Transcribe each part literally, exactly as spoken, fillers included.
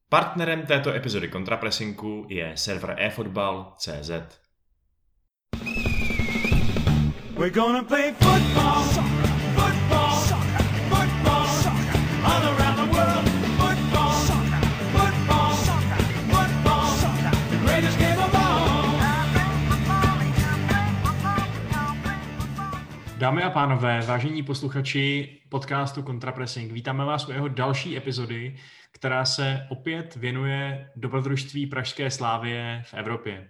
Partnerem této epizody Kontrapressingu je server eFootball tečka cé zet. We're gonna play football, football, football, all around the world. Football, football, football, the greatest game of all. Dámy a pánové, vážení posluchači podcastu Kontrapressing, vítáme vás u jeho další epizody, která se opět věnuje dobrodružství pražské Slavie v Evropě.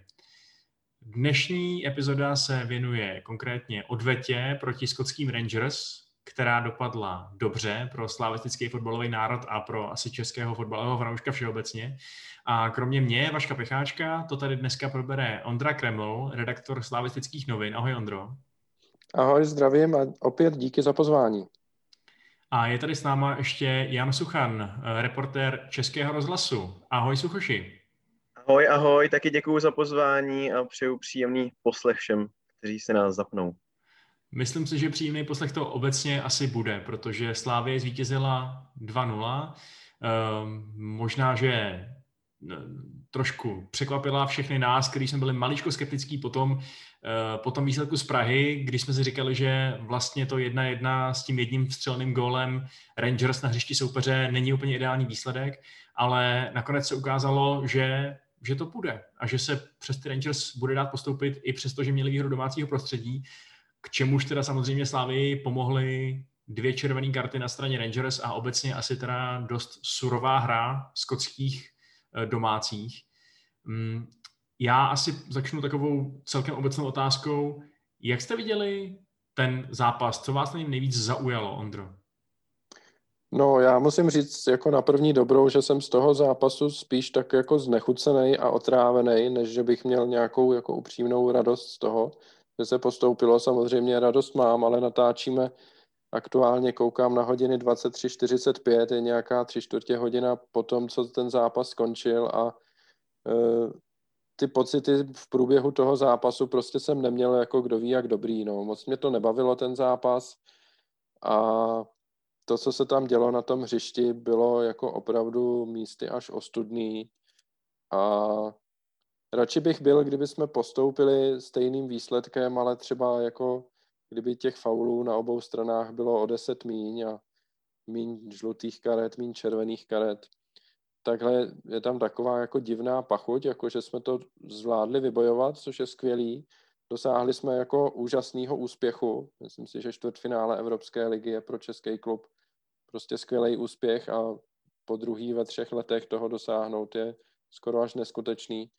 Dnešní epizoda se věnuje konkrétně odvetě proti skotským Rangers, která dopadla dobře pro slavistický fotbalový národ a pro asi českého fotbalového fanouška všeobecně. A kromě mě, Vaška Pecháčka, to tady dneska probere Ondra Kreml, redaktor Slavistických novin. Ahoj, Ondro. Ahoj, zdravím a opět díky za pozvání. A je tady s náma ještě Jan Suchan, reportér Českého rozhlasu. Ahoj, Suchoši. Ahoj, ahoj, taky děkuju za pozvání a přeju příjemný poslech všem, kteří se nás zapnou. Myslím si, že příjemný poslech to obecně asi bude, protože Slavie zvítězila dva nula. Ehm, možná, že trošku překvapila všechny nás, kteří jsme byli maličko skeptický po tom, po tom výsledku z Prahy, když jsme si říkali, že vlastně to jedna jedna s tím jedním vstřeleným gólem Rangers na hřišti soupeře není úplně ideální výsledek, ale nakonec se ukázalo, že, že to půjde a že se přes ty Rangers bude dát postoupit i přesto, že měli výhru domácího prostředí, k čemuž teda samozřejmě Slavii pomohly dvě červené karty na straně Rangers a obecně asi teda dost surová hra skotských domácích. Já asi začnu takovou celkem obecnou otázkou. Jak jste viděli ten zápas? Co vás na něm nejvíc zaujalo, Ondro? No, já musím říct jako na první dobrou, že jsem z toho zápasu spíš tak jako znechucený a otrávený, než že bych měl nějakou jako upřímnou radost z toho, že se postoupilo. Samozřejmě radost mám, ale natáčíme aktuálně, koukám na hodiny dvacet tři čtyřicet pět, je nějaká tři čtvrtě hodina po tom, co ten zápas skončil a e, ty pocity v průběhu toho zápasu prostě jsem neměl jako kdo ví jak dobrý. No. Moc mě to nebavilo ten zápas a to, co se tam dělo na tom hřišti, bylo jako opravdu místy až ostudný a radši bych byl, kdyby jsme postoupili stejným výsledkem, ale třeba jako kdyby těch faulů na obou stranách bylo o deset míň a míň žlutých karet, míň červených karet. Takhle je tam taková jako divná pachuť, jako že jsme to zvládli vybojovat, což je skvělý. Dosáhli jsme jako úžasného úspěchu. Myslím si, že čtvrtfinále Evropské ligy je pro český klub prostě skvělý úspěch a po druhý ve třech letech toho dosáhnout je skoro až neskutečný.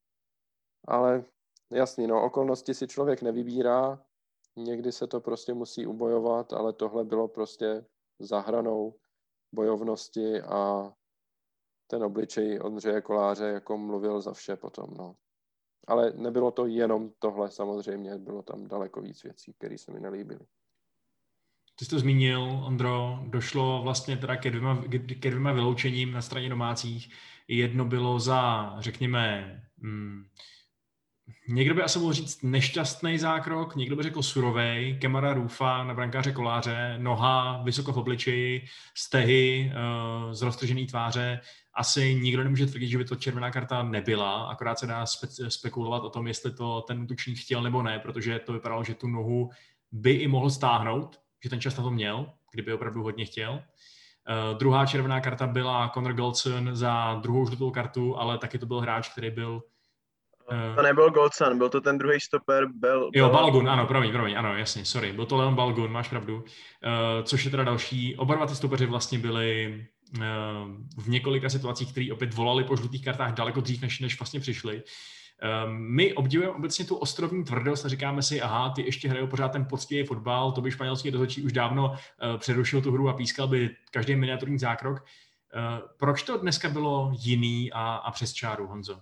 Ale jasný, no, okolnosti si člověk nevybírá, někdy se to prostě musí ubojovat, ale tohle bylo prostě za hranou bojovnosti a ten obličej Ondřeje Koláře jako mluvil za vše potom, no. Ale nebylo to jenom tohle samozřejmě, bylo tam daleko víc věcí, které se mi nelíbily. Ty jsi to zmínil, Ondro, došlo vlastně teda ke dvěma, ke dvěma vyloučením na straně domácích. Jedno bylo za, řekněme, hmm, někdo by asi mohl říct nešťastný zákrok, někdo by řekl surovej, Kemara Rufa na brankáře Koláře, noha vysoko v obličeji, stehy uh, z roztržený tváře. Asi nikdo nemůže tvrdit, že by to červená karta nebyla, akorát se dá spe- spekulovat o tom, jestli to ten útočník chtěl nebo ne, protože to vypadalo, že tu nohu by i mohl stáhnout, že ten čas na to měl, kdyby opravdu hodně chtěl. Uh, druhá červená karta byla Connor Goldson za druhou žlutou kartu, ale taky to byl hráč, který byl To nebyl Goldson, byl to ten druhý stoper. Bel, jo, Balogun, ano, promiň, promiň, ano, jasně, sorry, byl to Leon Balogun, máš pravdu, uh, což je teda další, oba dva ty stopeři vlastně byli uh, v několika situacích, které opět volali po žlutých kartách daleko dřív, než, než vlastně přišli. Um, my obdivujeme obecně tu ostrovní tvrdost a říkáme si, aha, ty ještě hrajou pořád ten poctivý fotbal, to by španělský dozorčí už dávno uh, přerušil tu hru a pískal by každý miniaturní zákrok. Uh, proč to dneska bylo jiný a, a přes čáru, Honzo?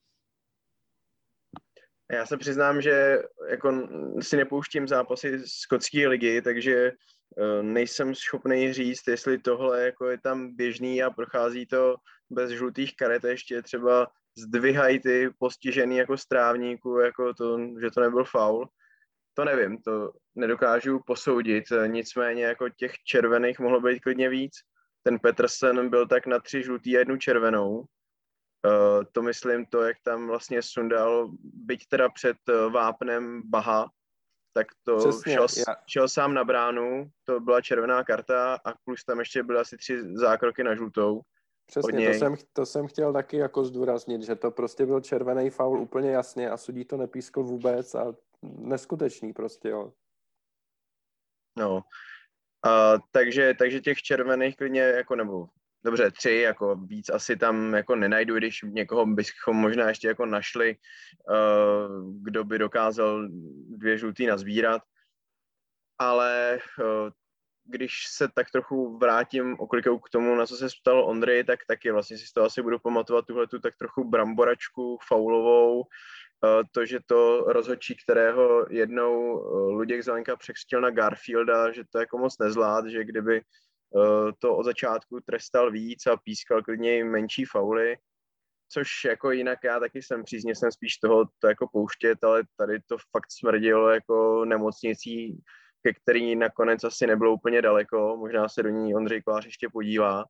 Já se přiznám, že jako si nepouštím zápasy skotské ligy, takže nejsem schopný říct, jestli tohle jako je tam běžný a prochází to bez žlutých karet, ještě třeba zdvihají ty postižený jako strávníku, jako to, že to nebyl faul. To nevím, to nedokážu posoudit, nicméně jako těch červených mohlo být klidně víc. ten Petersen byl tak na tři žlutý a jednu červenou. Uh, to myslím to, jak tam vlastně sundal, byť teda před uh, vápnem Baha, tak to Přesně, šel, já... šel sám na bránu, to byla červená karta a plus tam ještě byly asi tři zákroky na žlutou. Přesně, to jsem, to jsem chtěl taky jako zdůraznit, že to prostě byl červený faul úplně jasně a sudí to nepískl vůbec a neskutečný prostě, jo. No, a, takže, takže těch červených klidně jako nebo dobře, tři, jako víc asi tam jako nenajdu, když někoho bychom možná ještě jako našli, uh, kdo by dokázal dvě žlutý nazbírat, ale uh, když se tak trochu vrátím okolikou k tomu, na co se ptal Ondrej, tak taky vlastně si z toho asi budu pamatovat tuhletu tak trochu bramboračku faulovou, to, že to rozhodčí, kterého jednou Luděk Zelenka překřtil na Garfielda, že to jako moc nezvlád, že kdyby to od začátku trestal víc a pískal klidně menší fauly, což jako jinak já taky jsem přízně, jsem spíš toho to jako pouštět, ale tady to fakt smrdilo jako nemocnicí, ke který nakonec asi nebylo úplně daleko, možná se do ní Ondřej Kolář ještě podívá.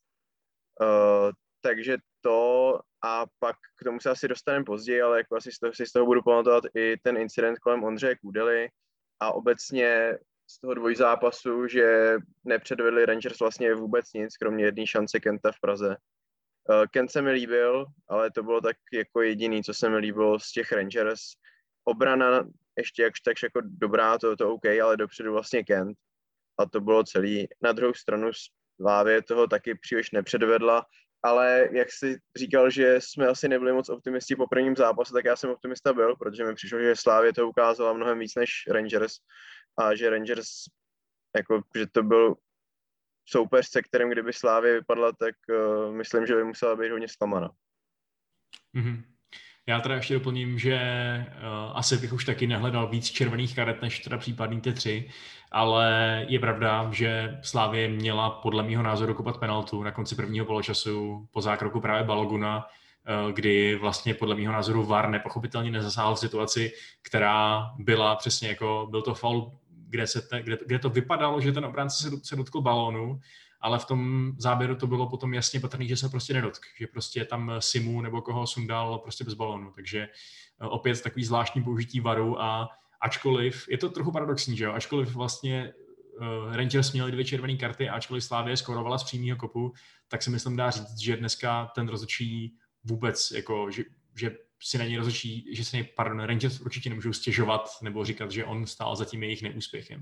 Uh, takže to a pak k tomu se asi dostaneme později, ale jako asi z toho, si z toho budu pamatovat i ten incident kolem Ondřeje Kudely a obecně z toho dvojzápasu, že nepředvedli Rangers vlastně vůbec nic, kromě jedné šance Kenta v Praze. Uh, Kent se mi líbil, ale to bylo tak jako jediný, co se mi líbilo z těch Rangers. Obrana ještě jakž takž jako dobrá, to, to OK, ale dopředu vlastně Kent a to bylo celý. Na druhou stranu Slávě toho taky příliš nepředvedla, ale jak jsi říkal, že jsme asi nebyli moc optimisti po prvním zápase, tak já jsem optimista byl, protože mi přišlo, že Slávě to ukázala mnohem víc než Rangers a že Rangers, jako, že to byl soupeř, se kterým kdyby Slávě vypadla, tak uh, myslím, že by musela být hodně zklamaná. Mm-hmm. Já teda ještě doplním, že uh, asi bych už taky nehledal víc červených karet, než teda případný ty tři, ale je pravda, že Slavie měla podle mého názoru kopat penaltu na konci prvního poločasu po zákroku právě Baloguna, uh, kdy vlastně podle mého názoru V A R nepochopitelně nezasáhl v situaci, která byla přesně jako, byl to faul, kde, se te, kde, kde to vypadalo, že ten obránce se, se dotkl balónu, ale v tom záběru to bylo potom jasně patrný, že se prostě nedotk, že prostě tam Simu nebo koho sundal prostě bez balónu, takže opět takový zvláštní použití varu a ačkoliv, je to trochu paradoxní, že jo, ačkoliv vlastně uh, Rangers měli dvě červené karty a ačkoliv Slavie skorovala z přímého kopu, tak si myslím dá říct, že dneska ten rozhodčí vůbec, jako, že, že si na něj rozhodčí, že si nej, pardon, Rangers určitě nemůžou stěžovat nebo říkat, že on stál za tím jejich neúspěchem.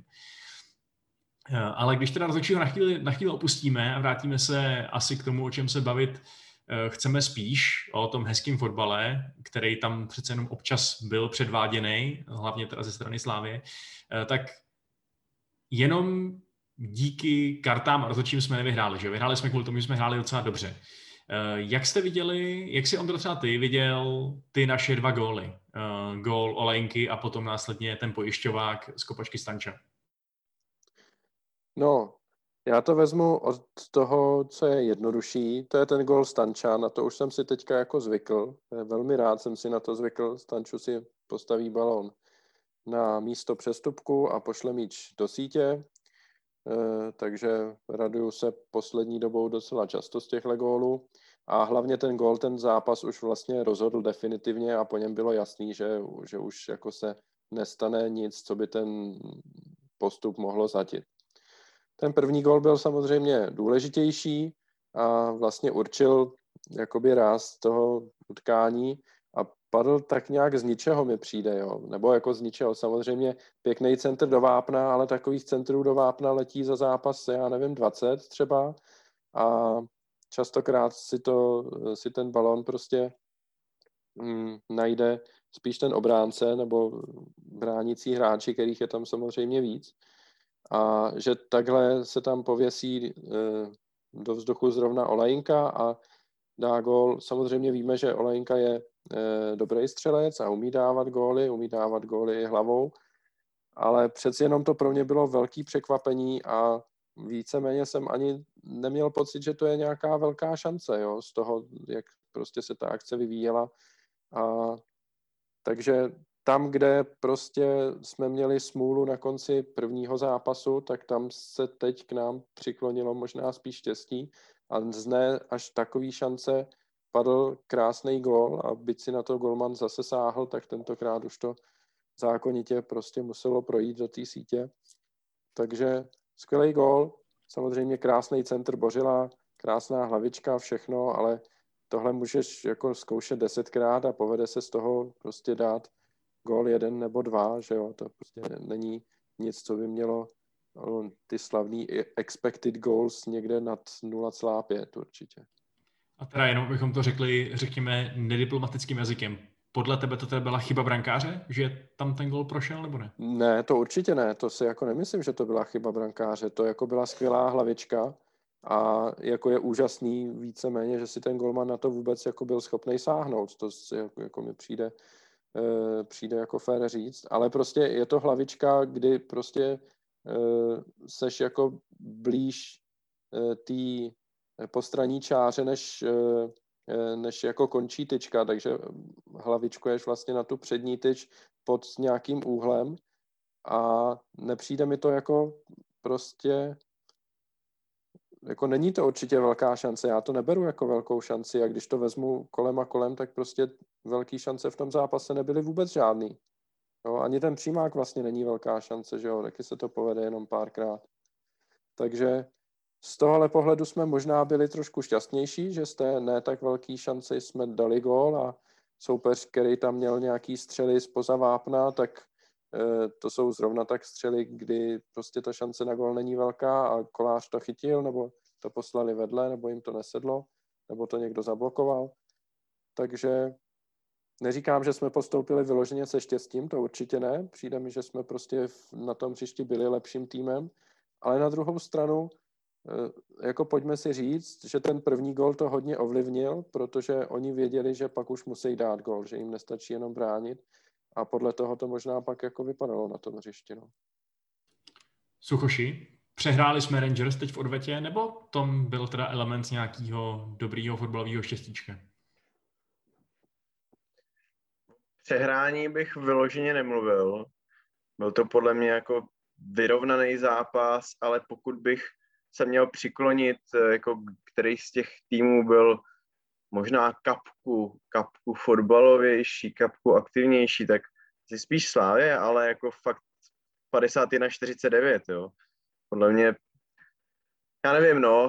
Ale když teda rozhodčího na chvíli, na chvíli opustíme a vrátíme se asi k tomu, o čem se bavit chceme spíš, o tom hezkém fotbale, který tam přece jenom občas byl předváděný, hlavně teda ze strany Slávie, tak jenom díky kartám a rozhodčím jsme nevyhráli, že? Vyhráli jsme kvůli tomu, že jsme hráli docela dobře. Jak jste viděli, jak si Ondro třeba ty viděl ty naše dva góly? Gól Olejnky a potom následně ten pojišťovák z kopačky Stanča. No, já to vezmu od toho, co je jednodušší, to je ten gól Stanča, na to už jsem si teďka jako zvykl, velmi rád jsem si na to zvykl, Stanču si postaví balón na místo přestupku a pošle míč do sítě, takže raduju se poslední dobou docela často z těchto gólů a hlavně ten gól, ten zápas už vlastně rozhodl definitivně a po něm bylo jasný, že, že už jako se nestane nic, co by ten postup mohlo zatit. Ten první gól byl samozřejmě důležitější a vlastně určil jakoby ráz toho utkání a padl tak nějak z ničeho mi přijde, jo. Nebo jako z ničeho. Samozřejmě pěkný centr do vápna, ale takových centrů do vápna letí za zápas, já nevím, dvacet třeba a častokrát si, to, si ten balón prostě hm, najde spíš ten obránce nebo bránící hráči, kterých je tam samozřejmě víc. A že takhle se tam pověsí e, do vzduchu zrovna Olejnka a dá gól. Samozřejmě víme, že Olejnka je e, dobrý střelec a umí dávat góly, umí dávat góly i hlavou, ale přeci jenom to pro mě bylo velký překvapení a víceméně jsem ani neměl pocit, že to je nějaká velká šance, jo, z toho, jak prostě se ta akce vyvíjela. A takže tam, kde prostě jsme měli smůlu na konci prvního zápasu, tak tam se teď k nám přiklonilo možná spíš štěstí a z ne až takový šance padl krásný gól a byť si na to golman zase sáhl, tak tentokrát už to zákonitě prostě muselo projít do té sítě. Takže skvělý gól, samozřejmě krásný centr Bořila, krásná hlavička, všechno, ale tohle můžeš jako zkoušet desetkrát a povede se z toho prostě dát gól jeden nebo dva, že jo, to prostě není nic, co by mělo ty slavný expected goals někde nad nula celá pět určitě. A teda jenom bychom to řekli, řekněme, nediplomatickým jazykem. Podle tebe to teda byla chyba brankáře, že tam ten gól prošel, nebo ne? Ne, to určitě ne, to si jako nemyslím, že to byla chyba brankáře, to jako byla skvělá hlavička a jako je úžasný víceméně, že si ten golman na to vůbec jako byl schopný sáhnout, to si jako, jako mi přijde, e, přijde jako fér říct, ale prostě je to hlavička, kdy prostě e, seš jako blíž e, té postranní čáře, než, e, než jako končí tyčka, takže hlavičkuješ vlastně na tu přední tyč pod nějakým úhlem a nepřijde mi to jako prostě jako není to určitě velká šance, já to neberu jako velkou šanci a když to vezmu kolem a kolem, tak prostě velký šance v tom zápase nebyly vůbec žádný. Jo, ani ten přímák vlastně není velká šance, že jo, taky se to povede jenom párkrát. Takže z tohohle pohledu jsme možná byli trošku šťastnější, že z té ne tak velký šance jsme dali gól a soupeř, který tam měl nějaký střely spoza vápna, tak e, to jsou zrovna tak střely, kdy prostě ta šance na gól není velká a Kolář to chytil, nebo to poslali vedle, nebo jim to nesedlo, nebo to někdo zablokoval. Takže neříkám, že jsme postoupili vyloženě se štěstím, to určitě ne. Přijde mi, že jsme prostě na tom příště byli lepším týmem, ale na druhou stranu jako pojďme si říct, že ten první gól to hodně ovlivnil, protože oni věděli, že pak už musí dát gól, že jim nestačí jenom bránit a podle toho to možná pak jako vypadalo na tom hřišti. No. Suchoši, přehráli jsme Rangers teď v odvetě, nebo tom byl teda element nějakého dobrýho fotbalového štěstíčka? Přehrání bych vyloženě nemluvil. Byl to podle mě jako vyrovnaný zápas, ale pokud bych se měl přiklonit, jako který z těch týmů byl možná kapku, kapku fotbalovější, kapku aktivnější, tak si spíš Slávě, ale jako fakt padesát jedna čtyřicet devět, jo. Podle mě, já nevím, no,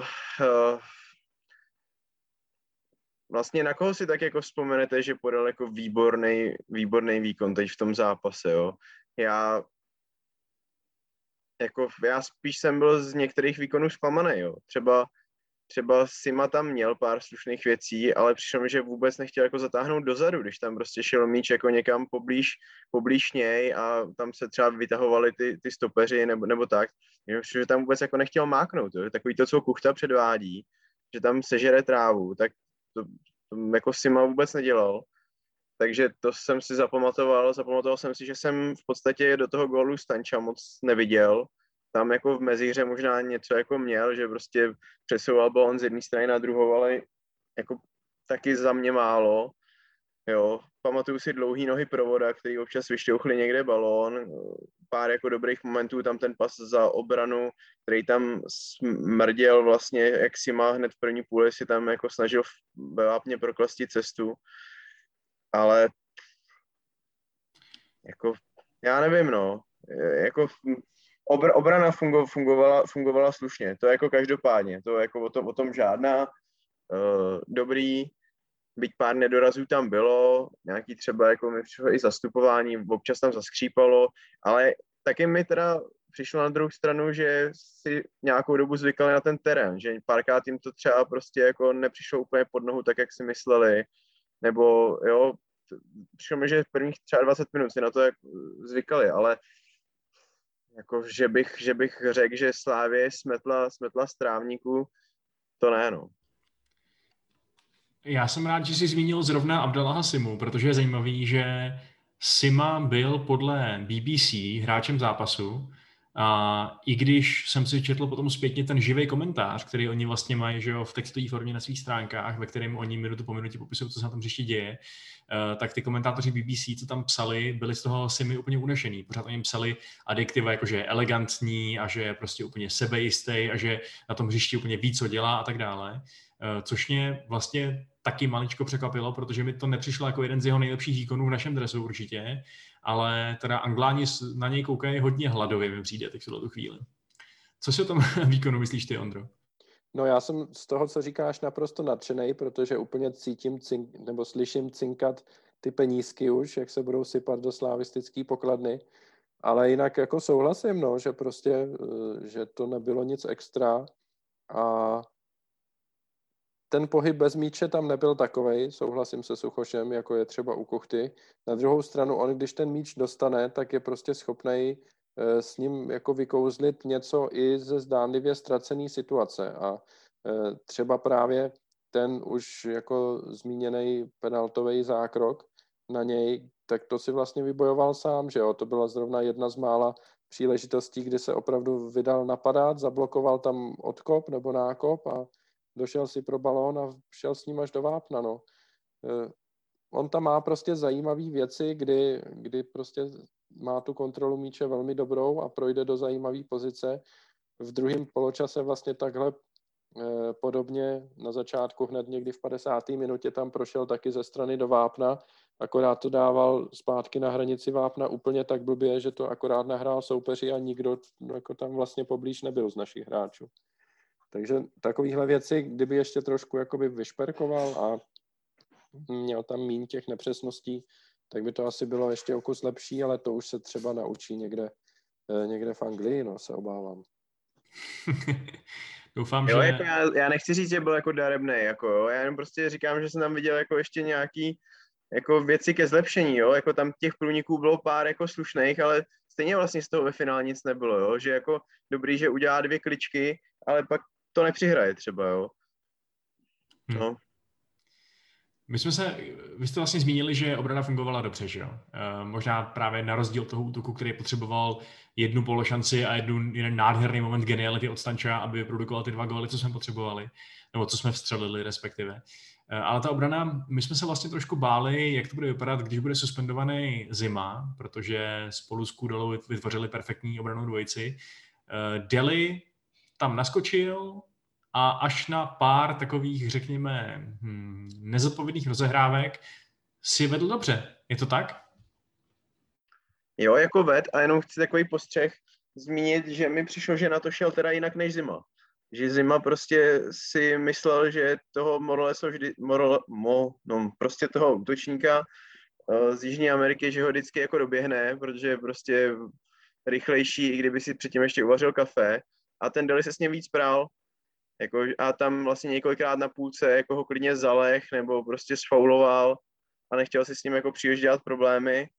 vlastně na koho si tak jako vzpomenete, že podal jako výborný, výborný výkon teď v tom zápase, jo. Já Jako já spíš jsem byl z některých výkonů zklamaný, jo. Třeba, třeba Sima tam měl pár slušných věcí, ale přišlo mi, že vůbec nechtěl jako zatáhnout dozadu, když tam prostě šel míč jako někam poblíž, poblíž něj a tam se třeba vytahovali ty, ty stopeři nebo, nebo tak. Že tam vůbec jako nechtěl máknout, jo. Takový to, co Kuchta předvádí, že tam sežere trávu, tak to, to jako Sima vůbec nedělal. Takže to jsem si zapamatoval, zapamatoval jsem si, že jsem v podstatě do toho gólu Stanča moc neviděl. Tam jako v mezíře možná něco jako měl, že prostě přesouval balon z jedné strany na druhou, ale jako taky za mě málo. Jo, pamatuju si dlouhý nohy provoda, který občas vyšťouchli někde balón, pár jako dobrých momentů, tam ten pas za obranu, který tam smrděl vlastně, jak Sima hned v první půli si tam jako snažil ve vápně proklastit cestu. Ale jako, já nevím, no, jako obr, obrana fungo, fungovala, fungovala slušně, to je jako každopádně, to je jako o tom, o tom žádná, uh, dobrý, byť pár nedorazů tam bylo, nějaký třeba jako mi přišlo i zastupování, občas tam zaskřípalo, ale taky mi teda přišlo na druhou stranu, že si nějakou dobu zvykali na ten terén, že párkrát jim to třeba prostě jako nepřišlo úplně pod nohu tak, jak si mysleli, nebo jo, přišlo mi, že v prvních třeba dvacet minut si na to jako zvykali, ale jako, že bych, že bych řekl, že Slávě smetla, smetla z trávníku, to ne, no. Já jsem rád, že jsi zmínil zrovna Abdallaha Simu, protože je zajímavý, že Sima byl podle B B C hráčem zápasu A i když jsem si četl potom zpětně ten živý komentář, který oni vlastně mají, že jo, v textové formě na svých stránkách, ve kterém oni minutu po minutě popisují, co se na tom příště děje, tak ty komentátoři B B C, co tam psali, byli z toho si mi úplně unešený. Pořád oni psali adjektiva, jako že je elegantní a že je prostě úplně sebejistý a že na tom hřišti úplně ví, co dělá a tak dále. Což mě vlastně taky maličko překvapilo, protože mi to nepřišlo jako jeden z jeho nejlepších výkonů v našem dresu určitě, ale teda Angláni na něj koukají hodně hladově, mi přijde teď v tu chvíli. Co si o tom výkonu myslíš ty, Ondro? No já jsem z toho, co říkáš, naprosto nadšenej, protože úplně cítím cink, nebo slyším cinkat ty penízky už, jak se budou sypat do slavistické pokladny. Ale jinak jako souhlasím, no, že prostě, že to nebylo nic extra a ten pohyb bez míče tam nebyl takovej, souhlasím se Suchošem, jako je třeba u Kuchty. Na druhou stranu, on když ten míč dostane, tak je prostě schopnej s ním jako vykouzlit něco i ze zdánlivě ztracený situace a třeba právě ten už jako zmíněný penaltový zákrok na něj, tak to si vlastně vybojoval sám, že jo, to byla zrovna jedna z mála příležitostí, kdy se opravdu vydal napadat, zablokoval tam odkop nebo nákop a došel si pro balón a šel s ním až do vápna, no. On tam má prostě zajímavé věci, kdy, kdy prostě má tu kontrolu míče velmi dobrou a projde do zajímavé pozice. V druhém poločase vlastně takhle eh, podobně na začátku hned někdy v padesáté minutě tam prošel taky ze strany do vápna, akorát to dával zpátky na hranici vápna úplně tak blbě, že to akorát nahrál soupeři a nikdo jako tam vlastně poblíž nebyl z našich hráčů. Takže takovéhle věci, kdyby ještě trošku jakoby vyšperkoval a měl tam míň těch nepřesností, tak by to asi bylo ještě o kus lepší, ale to už se třeba naučí někde, někde v Anglii, no, se obávám. Doufám, jo, že... Jako já, já nechci říct, že byl jako darebnej, jako jo, já jenom prostě říkám, že jsem tam viděl jako ještě nějaký jako věci ke zlepšení, jo, jako tam těch průniků bylo pár jako slušných, ale stejně vlastně z toho ve finále nic nebylo, jo, že jako dobrý, že udělá dvě kličky, ale pak to nepřihraje třeba, jo. No. Hmm. My jsme se, vy jste vlastně zmínili, že obrana fungovala dobře, že jo? E, možná právě na rozdíl toho útoku, který potřeboval jednu pološanci a jednu, jeden nádherný moment geniality od Stanča, aby produkoval ty dva góly, co jsme potřebovali, nebo co jsme vstřelili respektive. E, ale ta obrana, my jsme se vlastně trošku báli, jak to bude vypadat, když bude suspendovaný Zima, protože spolu s Kudelou vytvořili perfektní obranou dvojici. E, Deli tam naskočil, a až na pár takových, řekněme, hmm, nezodpovědných rozehrávek si vedl dobře. Je to tak? Jo, jako ved, a jenom chci takový postřeh zmínit, že mi přišlo, že na to šel teda jinak než Zima. Že Zima prostě si myslel, že toho Moraleso vždy, Morale, mo, no, prostě toho útočníka uh, z Jižní Ameriky, že ho vždycky jako doběhne, protože je prostě rychlejší, i kdyby si předtím ještě uvařil kafe. A ten Deli se s ním víc prál. Jako, a tam vlastně několikrát na půlce jako ho klidně zaleh nebo prostě sfauloval a nechtěl si s ním jako příliš dělat problémy.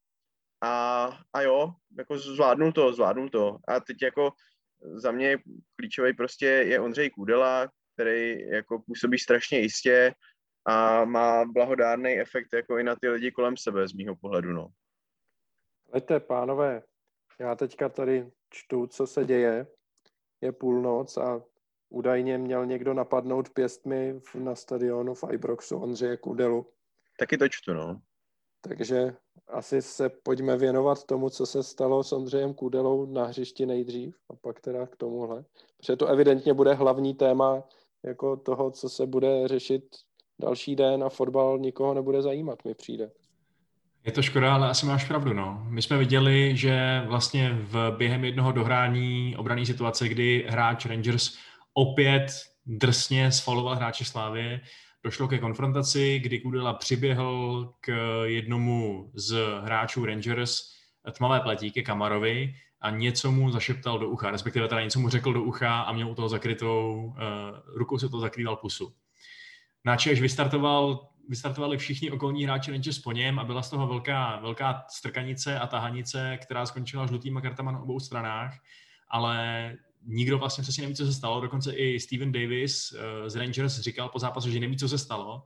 A, a jo, jako zvládnul to, zvládnul to. A teď jako za mě klíčový prostě je Ondřej Kudela, který jako působí strašně jistě a má blahodárný efekt jako i na ty lidi kolem sebe z mýho pohledu, no. Hleďte, pánové, já teďka tady čtu, co se děje. Je půlnoc a údajně měl někdo napadnout pěstmi na stadionu v Ibroxu Ondřeje Kudelu. Taky to čtu, no. Takže asi se pojďme věnovat tomu, co se stalo s Ondřejem Kudelou na hřišti nejdřív a pak teda k tomuhle. Protože to evidentně bude hlavní téma jako toho, co se bude řešit další den a fotbal nikoho nebude zajímat, mi přijde. Je to škoda, ale asi máš pravdu, no. My jsme viděli, že vlastně v během jednoho dohrání obranné situace, kdy hráč Rangers opět drsně sfauloval hráče Slávie, došlo ke konfrontaci, kdy Kudela přiběhl k jednomu z hráčů Rangers tmavé pletí, ke Kamarovi a něco mu zašeptal do ucha, respektive teda něco mu řekl do ucha a měl u toho zakrytou, uh, rukou se to zakrýval pusu. Načež vystartoval, vystartovali všichni okolní hráči Rangers po něm a byla z toho velká, velká strkanice a tahanice, která skončila žlutýma kartama na obou stranách, ale nikdo vlastně přesně neví, co se stalo. Dokonce i Steven Davis z Rangers říkal po zápasu, že neví, co se stalo.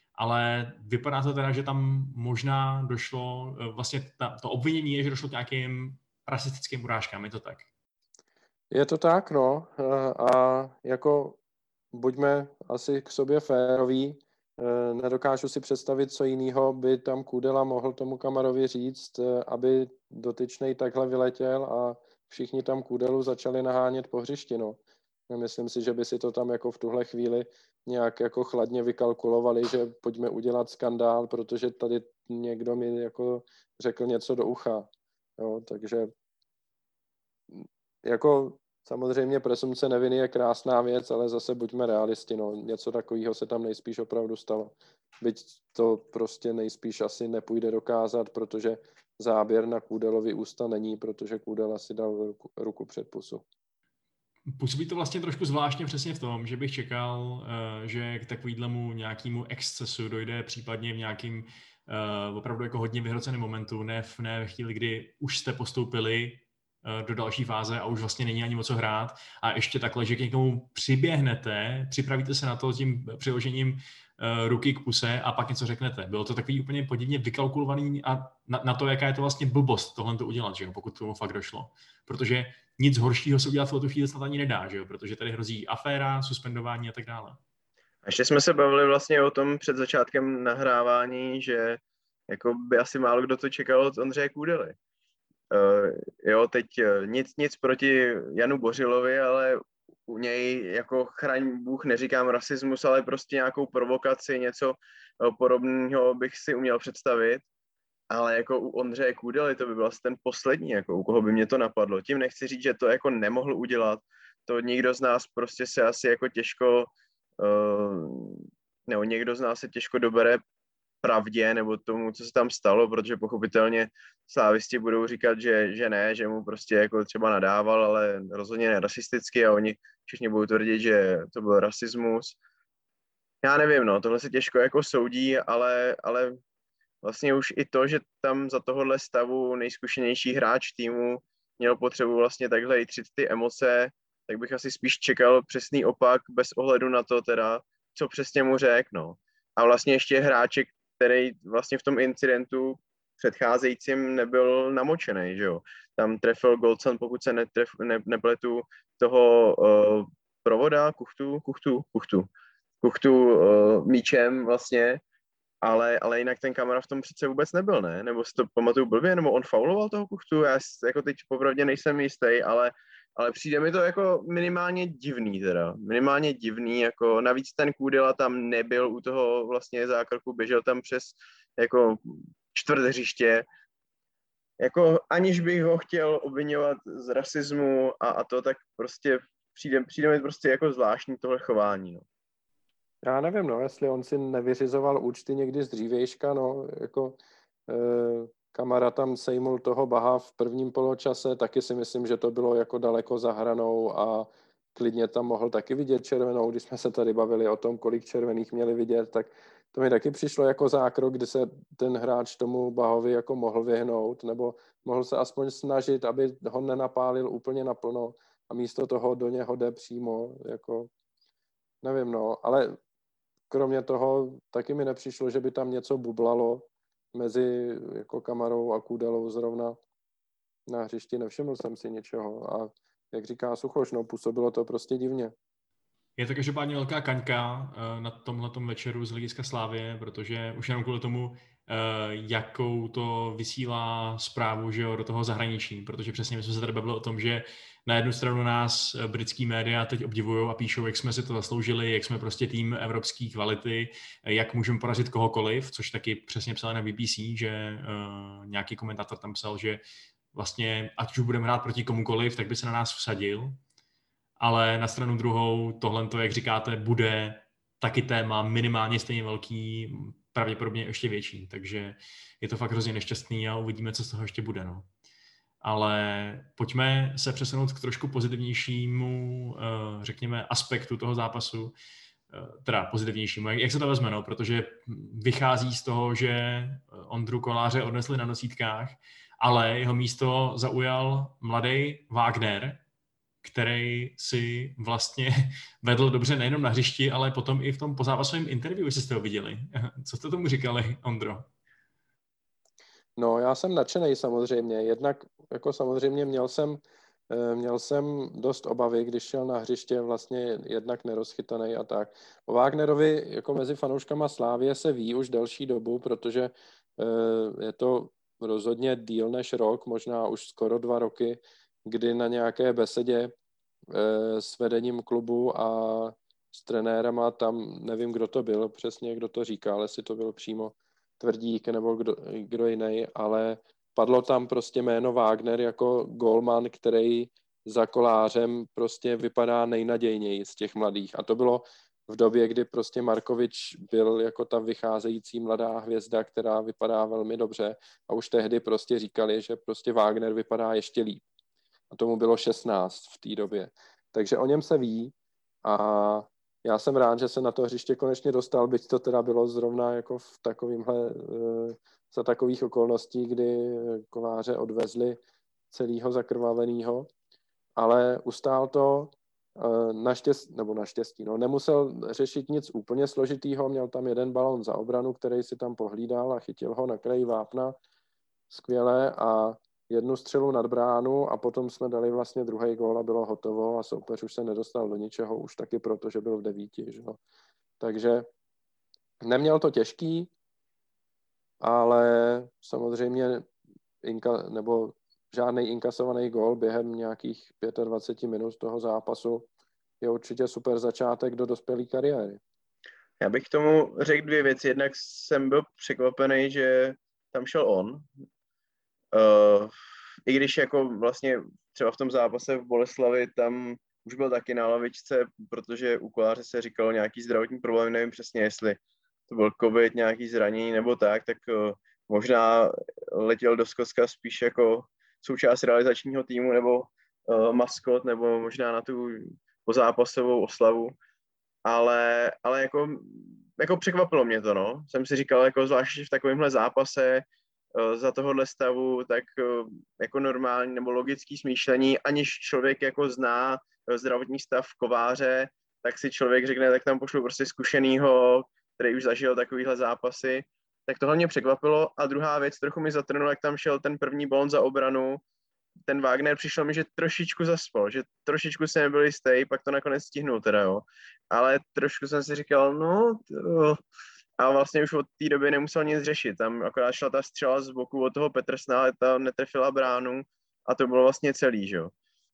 Ale vypadá to teda, že tam možná došlo, vlastně ta, to obvinění je, že došlo k nějakým rasistickým urážkám, je to tak? Je to tak, no. A jako buďme asi k sobě féroví. Nedokážu si představit, co jiného by tam Kudela mohl tomu Kamarovi říct, aby dotyčnej takhle vyletěl a všichni tam Kudelu začali nahánět po hřišti, no. Myslím si, že by si to tam jako v tuhle chvíli nějak jako chladně vykalkulovali, že pojďme udělat skandál, protože tady někdo mi jako řekl něco do ucha. Jo, takže jako samozřejmě presumpce neviny je krásná věc, ale zase buďme realisti, no. Něco takového se tam nejspíš opravdu stalo. Byť to prostě nejspíš asi nepůjde dokázat, protože záběr na Kudelovi ústa není, protože Kudela si dal ruku, ruku před pusu. Působí to vlastně trošku zvláštně přesně v tom, že bych čekal, že k takovýhlemu nějakému excesu dojde případně v nějakým opravdu jako hodně vyhroceném momentu, ne v, ne v chvíli, kdy už jste postoupili do další fáze a už vlastně není ani o co hrát a ještě takhle, že k někomu přiběhnete, připravíte se na to tím přiložením uh, ruky k puse a pak něco řeknete. Bylo to takový úplně podivně vykalkulovaný a na, na to, jaká je to vlastně blbost tohle to udělat, že jo, pokud tomu fakt došlo. Protože nic horšího se udělat v tu chvíli snad ani nedá, že jo, protože tady hrozí aféra, suspendování a tak dále. A ještě jsme se bavili vlastně o tom před začátkem nahrávání, že jako by asi málo kdo to čekal od Ondřeje Kůdely. Uh, jo, teď uh, nic, nic proti Janu Bořilovi, ale u něj jako chraň Bůh, neříkám rasismus, ale prostě nějakou provokaci, něco uh, podobného bych si uměl představit. Ale jako u Ondřeje Kůdely to by byl asi ten poslední, jako u koho by mě to napadlo. Tím nechci říct, že to jako nemohl udělat. To nikdo z nás prostě se asi jako těžko, uh, nebo někdo z nás se těžko dobere pravdě nebo tomu, co se tam stalo, protože pochopitelně slávisti budou říkat, že, že ne, že mu prostě jako třeba nadával, ale rozhodně ne rasisticky a oni všichni budou tvrdit, že to byl rasismus. Já nevím, no, tohle se těžko jako soudí, ale, ale vlastně už i to, že tam za tohohle stavu nejzkušenější hráč týmu měl potřebu vlastně takhle jitřit ty emoce, tak bych asi spíš čekal přesný opak bez ohledu na to teda, co přesně mu řekl, no. A vlastně ještě hráček, který vlastně v tom incidentu předcházejícím nebyl namočený, že jo. Tam trefil Goldson, pokud se netref, ne, nepletu, toho uh, provoda, kuchtu, kuchtu, kuchtu, kuchtu uh, míčem vlastně, ale, ale jinak ten Kamara v tom přece vůbec nebyl, ne? Nebo si to pamatuju blbě, nebo on fauloval toho kuchtu, já jako teď popravdě nejsem jistý, ale ale přijde mi to jako minimálně divný teda, minimálně divný, jako navíc ten Kůdela tam nebyl u toho vlastně zákroku, běžel tam přes jako čtvrt hřiště, jako aniž bych ho chtěl obvinovat z rasismu a, a to, tak prostě přijde, přijde mi prostě jako zvláštní tohle chování, no. Já nevím, no, jestli on si nevyřizoval účty někdy z dřívějška, no, jako eh, Kamara tam sejmul toho Baha v prvním poločase, taky si myslím, že to bylo jako daleko za hranou a klidně tam mohl taky vidět červenou, když jsme se tady bavili o tom, kolik červených měli vidět, tak to mi taky přišlo jako zákrok, kdy se ten hráč tomu Bahovi jako mohl vyhnout, nebo mohl se aspoň snažit, aby ho nenapálil úplně naplno a místo toho do něho jde přímo, jako nevím, no, ale kromě toho taky mi nepřišlo, že by tam něco bublalo mezi jako Kamarou a Kůdelou zrovna na hřišti. Nevšiml jsem si ničeho a jak říká Suchoš, no, působilo to prostě divně. Je to každopádně velká kaňka na tomhletom večeru z hlediska Slávie, protože už jenom kvůli tomu, jakou to vysílá zprávu, že jo, do toho zahraničí, protože přesně my jsme se tady bavili o tom, že na jednu stranu nás britský média teď obdivují a píšou, jak jsme si to zasloužili, jak jsme prostě tým evropské kvality, jak můžeme porazit kohokoliv, což taky přesně psal na V B C, že uh, nějaký komentátor tam psal, že vlastně ať už budeme hrát proti komukoliv, tak by se na nás vsadil, ale na stranu druhou tohle, jak říkáte, bude taky téma minimálně stejně velký, pravděpodobně ještě větší, takže je to fakt hrozně nešťastný a uvidíme, co z toho ještě bude, no. Ale pojďme se přesunout k trošku pozitivnějšímu, řekněme, aspektu toho zápasu, teda pozitivnějšímu, jak se to vezme, no, protože vychází z toho, že Ondru Koláře odnesli na nosítkách, ale jeho místo zaujal mladý Wagner, který si vlastně vedl dobře nejenom na hřišti, ale potom i v tom pozápasovém interview, jestli jste ho viděli. Co jste tomu říkali, Ondro? No, já jsem nadšenej samozřejmě. Jednak jako samozřejmě měl jsem měl jsem dost obavy, když šel na hřiště vlastně jednak nerozchytaný a tak. O Wagnerovi jako mezi fanouškama Slávie se ví už delší dobu, protože je to rozhodně díl než rok, možná už skoro dva roky, kdy na nějaké besedě s vedením klubu a s trenérama, tam nevím, kdo to byl, přesně kdo to říkal, jestli to byl přímo Tvrdík nebo kdo, kdo jiný, ale padlo tam prostě jméno Wagner jako golman, který za Kolářem prostě vypadá nejnadějněji z těch mladých. A to bylo v době, kdy prostě Markovič byl jako ta vycházející mladá hvězda, která vypadá velmi dobře a už tehdy prostě říkali, že prostě Wagner vypadá ještě líp. A tomu bylo šestnáct v té době. Takže o něm se ví a já jsem rád, že se na to hřiště konečně dostal, byť to teda bylo zrovna jako v takovýmhle, za takových okolností, kdy Koláře odvezli celýho zakrvavenýho, ale ustál to naštěstí, nebo naštěstí, no, nemusel řešit nic úplně složitýho, měl tam jeden balon za obranu, který si tam pohlídal a chytil ho na kraji vápna, skvěle a jednu střelu nad bránu a potom jsme dali vlastně druhý gól a bylo hotovo a soupeř už se nedostal do ničeho, už taky proto, že byl v devíti. Že? Takže neměl to těžký, ale samozřejmě inka, nebo žádný inkasovaný gól během nějakých dvacet pět minut toho zápasu je určitě super začátek do dospělé kariéry. Já bych k tomu řekl dvě věci. Jednak jsem byl překvapený, že tam šel on. Uh, I když jako vlastně třeba v tom zápase v Boleslavi tam už byl taky na lavičce, protože u Koláře se říkalo nějaký zdravotní problém, nevím přesně, jestli to byl covid, nějaký zranění nebo tak, tak uh, možná letěl do Skotska spíš jako součást realizačního týmu nebo uh, maskot, nebo možná na tu pozápasovou oslavu, ale, ale jako, jako překvapilo mě to, no. Jsem si říkal, jako zvlášť v takovémhle zápase za tohohle stavu, tak jako normální nebo logický smýšlení, aniž člověk jako zná zdravotní stav Kováře, tak si člověk řekne, tak tam pošlu prostě zkušenýho, který už zažil takovýhle zápasy. Tak tohle mě překvapilo. A druhá věc, trochu mi zatrnulo, jak tam šel ten první balon za obranu. Ten Wagner přišel mi, že trošičku zaspal, že trošičku se nebyl jistý, pak to nakonec stihnul teda, jo. Ale trošku jsem si říkal, no, to... A vlastně už od té doby nemusel nic řešit. Tam akorát šla ta střela z boku od toho Petersna, ale ta netrefila bránu a to bylo vlastně celý, že jo.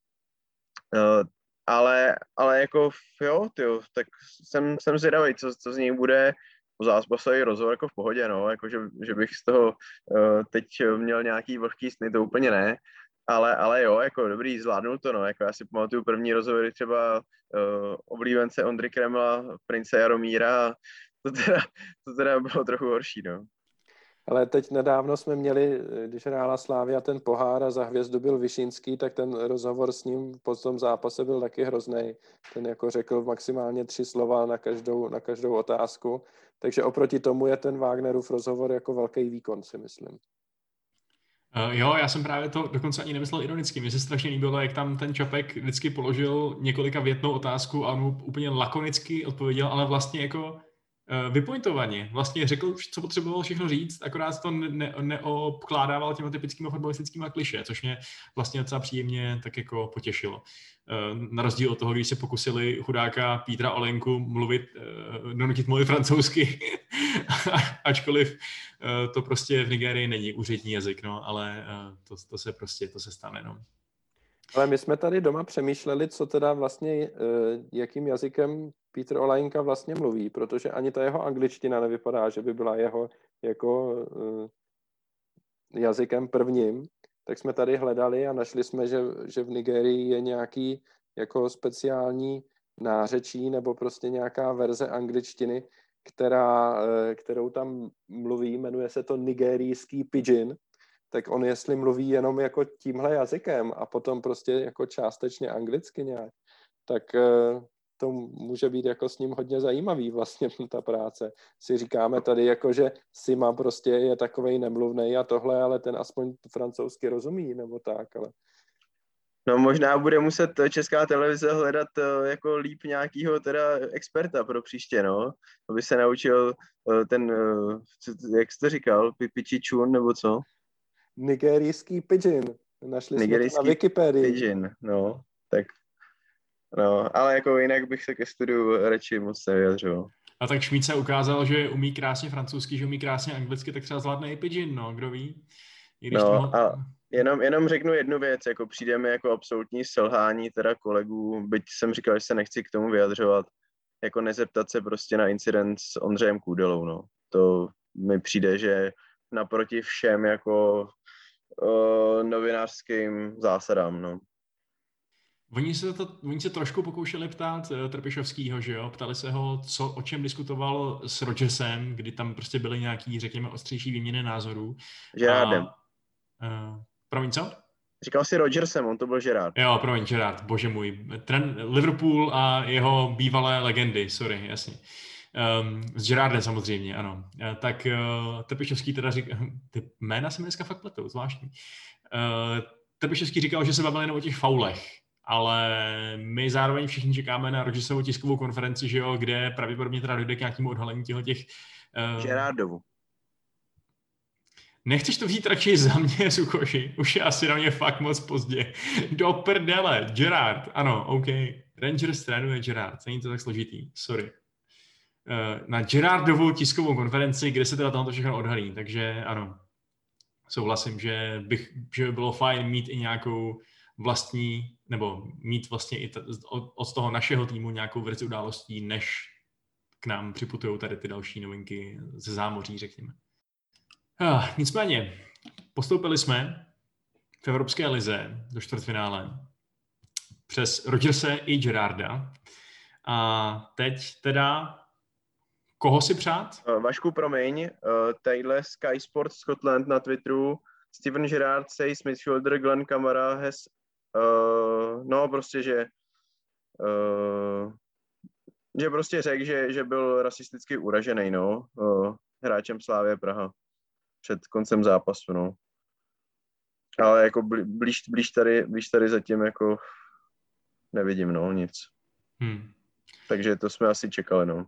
Uh, ale, ale jako, jo, tyjo, tak jsem, jsem zvědavý, co, co z něj bude. Po zápasový rozhovor jako v pohodě, no, jako že, že bych z toho uh, teď měl nějaký vlhký sny, to úplně ne. Ale, ale jo, jako dobrý, zvládnul to, no, jako já si pamatuju první rozhovory třeba uh, oblíbence Ondry Kremla, Prince Jaromíra, to teda, to teda bylo trochu horší, no. Ale teď nedávno jsme měli, když hrála Slavia ten pohár a za hvězdu byl Višinský, tak ten rozhovor s ním po tom zápase byl taky hrozný. Ten jako řekl maximálně tři slova na každou, na každou otázku. Takže oproti tomu je ten Wagnerův rozhovor jako velký výkon, si myslím. Uh, jo, já jsem právě to dokonce ani nemyslel ironicky. Mně se strašně líbilo, jak tam ten Čapek vždycky položil několika větnou otázku a on mu úplně lakonicky odpověděl, ale vlastně jako vypointovaně. Vlastně řekl, co potřeboval všechno říct, akorát to ne, neobkládával těma typickými fotbalistickými klišé, což mě vlastně docela příjemně tak jako potěšilo. Na rozdíl od toho, když se pokusili chudáka Pítra Olenku mluvit, donutit mluvit francouzsky, ačkoliv to prostě v Nigérii není úřední jazyk, no, ale to, to se prostě, to se stane, no. Ale my jsme tady doma přemýšleli, co teda vlastně, jakým jazykem Petr Olajinka vlastně mluví, protože ani ta jeho angličtina nevypadá, že by byla jeho jako jazykem prvním. Tak jsme tady hledali a našli jsme, že, že v Nigérii je nějaký jako speciální nářečí nebo prostě nějaká verze angličtiny, která, kterou tam mluví, jmenuje se to nigerijský pidgin. Tak on jestli mluví jenom jako tímhle jazykem a potom prostě jako částečně anglicky nějak, tak to může být jako s ním hodně zajímavý vlastně ta práce. Si říkáme tady jako, že Sima prostě je takovej nemluvnej a tohle, ale ten aspoň francouzsky rozumí nebo tak, ale... No možná bude muset Česká televize hledat jako líp nějakýho teda experta pro příště, no. Aby se naučil ten, jak jsi to říkal, Pipiči Chun nebo co? Nigerijský pidgin. Našli jsme to na Wikipedii. Pigeon, no, tak, no, ale jako jinak bych se ke studiu radši moc nevyjadřoval. A tak Šmíd ukázal, že umí krásně francouzsky, že umí krásně anglicky, tak třeba zvládne i Pigeon, no, kdo ví. I když no tomu... a jenom, jenom řeknu jednu věc, jako přijde mi jako absolutní selhání teda kolegů, byť jsem říkal, že se nechci k tomu vyjadřovat, jako nezeptat se prostě na incident s Ondřejem Kůdelou, no. To mi přijde, že naproti všem jako uh, novinářským zásadám, no. Oni se, to, oni se trošku pokoušeli ptát uh, Trpišovskýho, že jo? Ptali se ho, co, o čem diskutoval s Rodgersem, kdy tam prostě byly nějaký, řekněme, ostřejší výměny názorů. Gerardem. Uh, promiň, co? Říkal si Rodgersem, on to byl Gerard. Jo, promiň, Gerard, bože můj. Tren, Liverpool a jeho bývalé legendy, sorry, jasně. Um, s Gerardem samozřejmě, ano. Uh, tak uh, Trpišovský teda říkal, ty jména se mi dneska fakt pletou, zvláštní. Uh, Trpišovský říkal, že se bavili jenom o těch faulech, ale my zároveň všichni čekáme na Rodgersovu tiskovou konferenci, že jo, kde pravděpodobně teda dojde k nějakému odhalení těchto těch... Uh, Gerardovu. Nechceš to vzít radši za mě, Suchoši? Už je asi na mě fakt moc pozdě. Do prdele, Gerard, ano, OK. Rangers trénuje Gerard, není to tak složitý, sorry. Na Gerardovu tiskovou konferenci, kde se teda tohoto všechno odhalí, takže ano, souhlasím, že, bych, že by bylo fajn mít i nějakou vlastní, nebo mít vlastně i t- od, od toho našeho týmu nějakou verzi událostí, než k nám připutujou tady ty další novinky ze zámoří, řekněme. Ah, nicméně, postoupili jsme v Evropské lize do čtvrtfinále přes Rodgerse i Gerarda. A teď teda koho si přát? Vašku, promiň, tadyhle Sky Sports Scotland na Twitteru, Steven Gerrard says midfielder Glenn Kamara has, uh, no prostě, že uh, že prostě řekl, že, že byl rasisticky uražený, no, uh, hráčem Slavie Praha před koncem zápasu, no. Ale jako blíž, blíž, tady, blíž tady zatím jako nevidím, no, nic. Hmm. Takže to jsme asi čekali, no.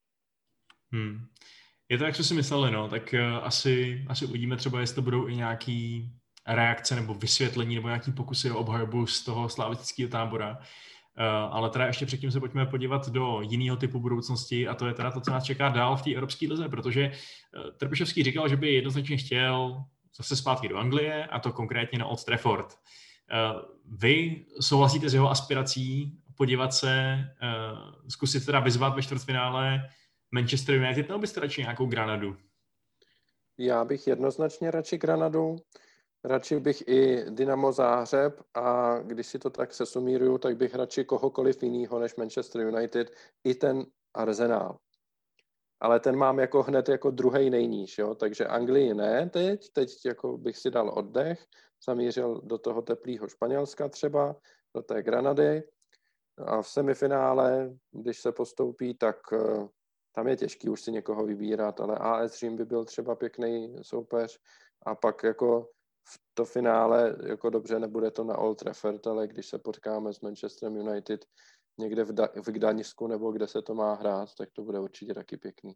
Hmm. Je to, jak jsme si mysleli, no, tak uh, asi, asi uvidíme třeba, jestli to budou i nějaký reakce nebo vysvětlení nebo nějaký pokusy o obhajobu z toho slavistického tábora. Uh, ale teda ještě předtím se pojďme podívat do jiného typu budoucnosti a to je teda to, co nás čeká dál v té evropské lize, protože uh, Trpišovský říkal, že by jednoznačně chtěl zase zpátky do Anglie a to konkrétně na Old Trafford. Uh, vy souhlasíte s jeho aspirací podívat se, uh, zkusit teda vyzvat ve čtvrtfinále Manchester United, nebo byste radši nějakou Granadu? Já bych jednoznačně radši Granadu. Radši bych i Dynamo Záhřeb a když si to tak sesumíruju, tak bych radši kohokoliv jinýho než Manchester United, i ten Arsenal. Ale ten mám jako hned jako druhej nejníž, jo? Takže Anglii ne teď, teď jako bych si dal oddech, zamířil do toho teplého Španělska třeba, do té Granady a v semifinále, když se postoupí, tak tam je těžký už si někoho vybírat, ale A S Řím by byl třeba pěkný soupeř a pak jako v to finále, jako dobře, nebude to na Old Trafford, ale když se potkáme s Manchesterem United někde v, da- v Gdaňsku nebo kde se to má hrát, tak to bude určitě taky pěkný.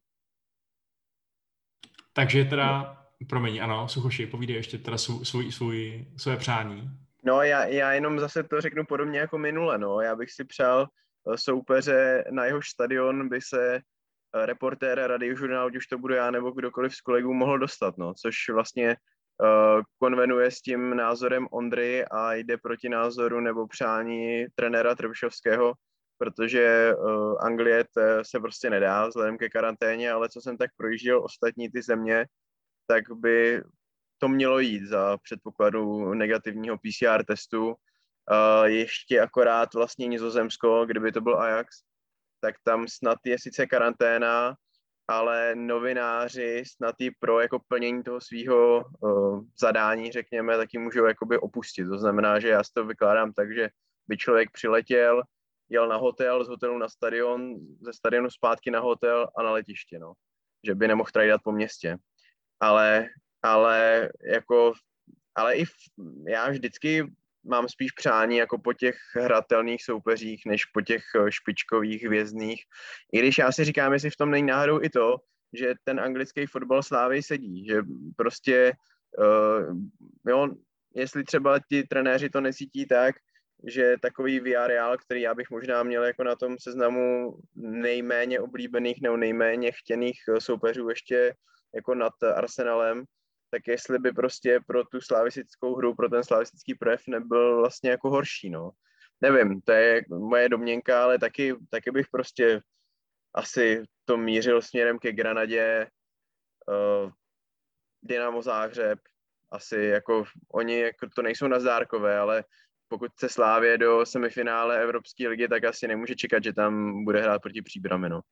Takže teda, no. promiň, ano, Suchoši, povídej ještě teda svůj, svůj, svůj, svoje přání. No já, já jenom zase to řeknu podobně jako minule, no. Já bych si přál soupeře, na jehož stadion by se reportér radiožurnálu, už to budu já nebo kdokoliv z kolegů, mohl dostat, no. Což vlastně uh, konvenuje s tím názorem Ondry a jde proti názoru nebo přání trenéra Trpišovského, protože uh, Anglie se prostě nedá vzhledem ke karanténě, ale co jsem tak projížděl ostatní ty země, tak by to mělo jít za předpokladu negativního P C R testu. Uh, ještě akorát vlastně Nizozemsko, kdyby to byl Ajax, tak tam snad je sice karanténa, ale novináři snad i pro jako plnění toho svého uh, zadání, řekněme, taky můžou jakoby opustit. To znamená, že já si to vykládám tak, že by člověk přiletěl, jel na hotel, z hotelu na stadion, ze stadionu zpátky na hotel a na letiště, no. Že by nemohl trajdat po městě. Ale, ale jako, ale i v, já vždycky mám spíš přání jako po těch hratelných soupeřích, než po těch špičkových hvězdných. I když já si říkám, jestli v tom není náhodou i to, že ten anglický fotbal Slávy sedí, že prostě uh, jo, jestli třeba ti trenéři to necítí tak, že takový Villarreal, který já bych možná měl jako na tom seznamu nejméně oblíbených nebo nejméně chtěných soupeřů ještě jako nad Arsenalem, tak jestli by prostě pro tu slavistickou hru, pro ten slavistický projev nebyl vlastně jako horší, no. Nevím, to je moje domněnka, ale taky, taky bych prostě asi to mířil směrem ke Granadě, uh, Dynamo Záhřeb, asi jako oni jako to nejsou nazdárkové, ale pokud se Slavie do semifinále Evropské ligy, tak asi nemůže čekat, že tam bude hrát proti Příbrami, no.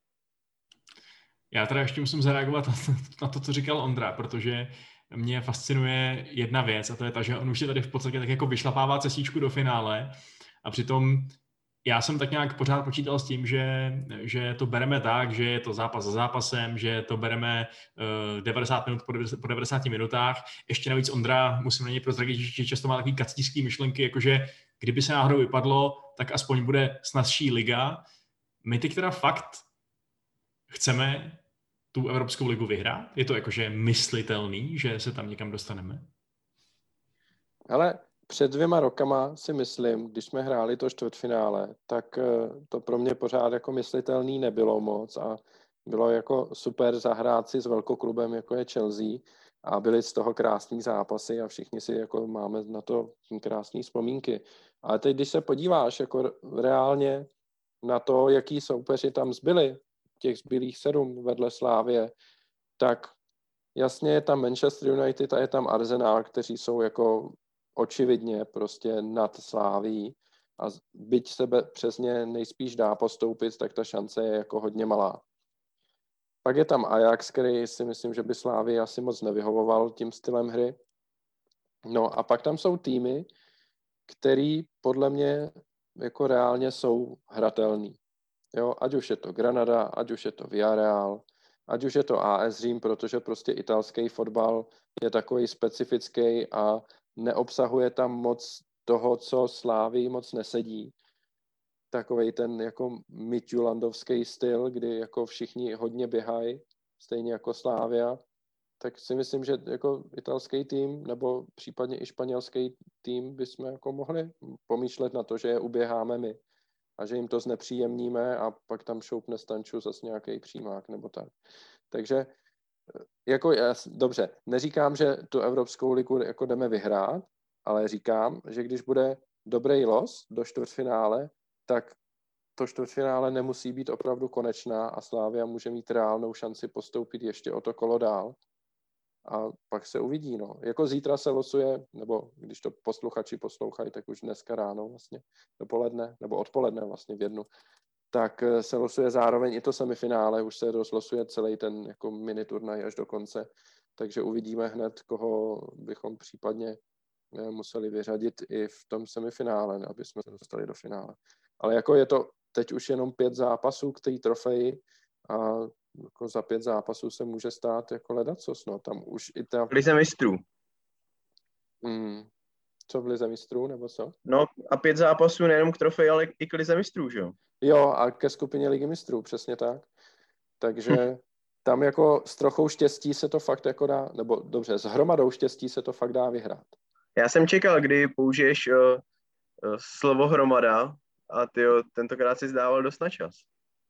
Já teda ještě musím zareagovat na to, co říkal Ondra, protože mě fascinuje jedna věc a to je ta, že on už je tady v podstatě tak jako vyšlapává cestičku do finále a přitom já jsem tak nějak pořád počítal s tím, že, že to bereme tak, že je to zápas za zápasem, že to bereme uh, devadesát minut po, po devadesáti minutách. Ještě navíc Ondra, musím na něj prozradit, že často má takový kacířský myšlenky, jakože kdyby se náhodou vypadlo, tak aspoň bude snazší liga. My teď teda fakt chceme tu Evropskou ligu vyhrát? Je to jakože myslitelný, že se tam někam dostaneme? Ale před dvěma rokama si myslím, když jsme hráli to čtvrtfinále, tak to pro mě pořád jako myslitelný nebylo moc a bylo jako super zahrát si s velkoklubem, jako je Chelsea a byly z toho krásný zápasy a všichni si jako máme na to krásné vzpomínky. Ale teď, když se podíváš jako reálně na to, jaký soupeři tam zbyli, těch zbylých sedm vedle Slávie, tak jasně je tam Manchester United a je tam Arsenal, kteří jsou jako očividně prostě nad Slavií a byť se přes ně nejspíš dá postoupit, tak ta šance je jako hodně malá. Pak je tam Ajax, který si myslím, že by Slavii asi moc nevyhovoval tím stylem hry. No a pak tam jsou týmy, který podle mě jako reálně jsou hratelný. Jo, ať už je to Granada, ať už je to Villarreal, ať už je to A S Řím, protože prostě italský fotbal je takový specifický a neobsahuje tam moc toho, co Slávii moc nesedí. Takovej ten jako midtjulandovský styl, kdy jako všichni hodně běhají, stejně jako Slavia, tak si myslím, že jako italský tým nebo případně i španělský tým bychom jako mohli pomýšlet na to, že je uběháme my a že jim to znepříjemníme a pak tam šoupne Stanču zase nějaký přímák nebo tak. Takže jako dobře, neříkám, že tu Evropskou ligu jako jdeme vyhrát, ale říkám, že když bude dobrý los do čtvrtfinále, tak to čtvrtfinále nemusí být opravdu konečná a Slavia může mít reálnou šanci postoupit ještě o to kolo dál. A pak se uvidí, no. Jako zítra se losuje, nebo když to posluchači poslouchají, tak už dneska ráno vlastně, dopoledne, nebo odpoledne vlastně v jednu, tak se losuje zároveň i to semifinále, už se rozlosuje celý ten jako mini turnaj až do konce, takže uvidíme hned, koho bychom případně museli vyřadit i v tom semifinále, aby jsme se dostali do finále. Ale jako je to teď už jenom pět zápasů k té trofeji a jako za pět zápasů se může stát jako ledacos, no, tam už i ta... V lize mistrů. Hmm. Co v lize mistrů, nebo co? No a pět zápasů nejenom k trofeji, ale i k lize mistrů, že jo? Jo, a ke skupině ligy mistrů, přesně tak. Takže tam jako s trochou štěstí se to fakt jako dá, nebo dobře, s hromadou štěstí se to fakt dá vyhrát. Já jsem čekal, kdy použiješ uh, uh, slovo hromada a ty tentokrát si zdával dost na čas.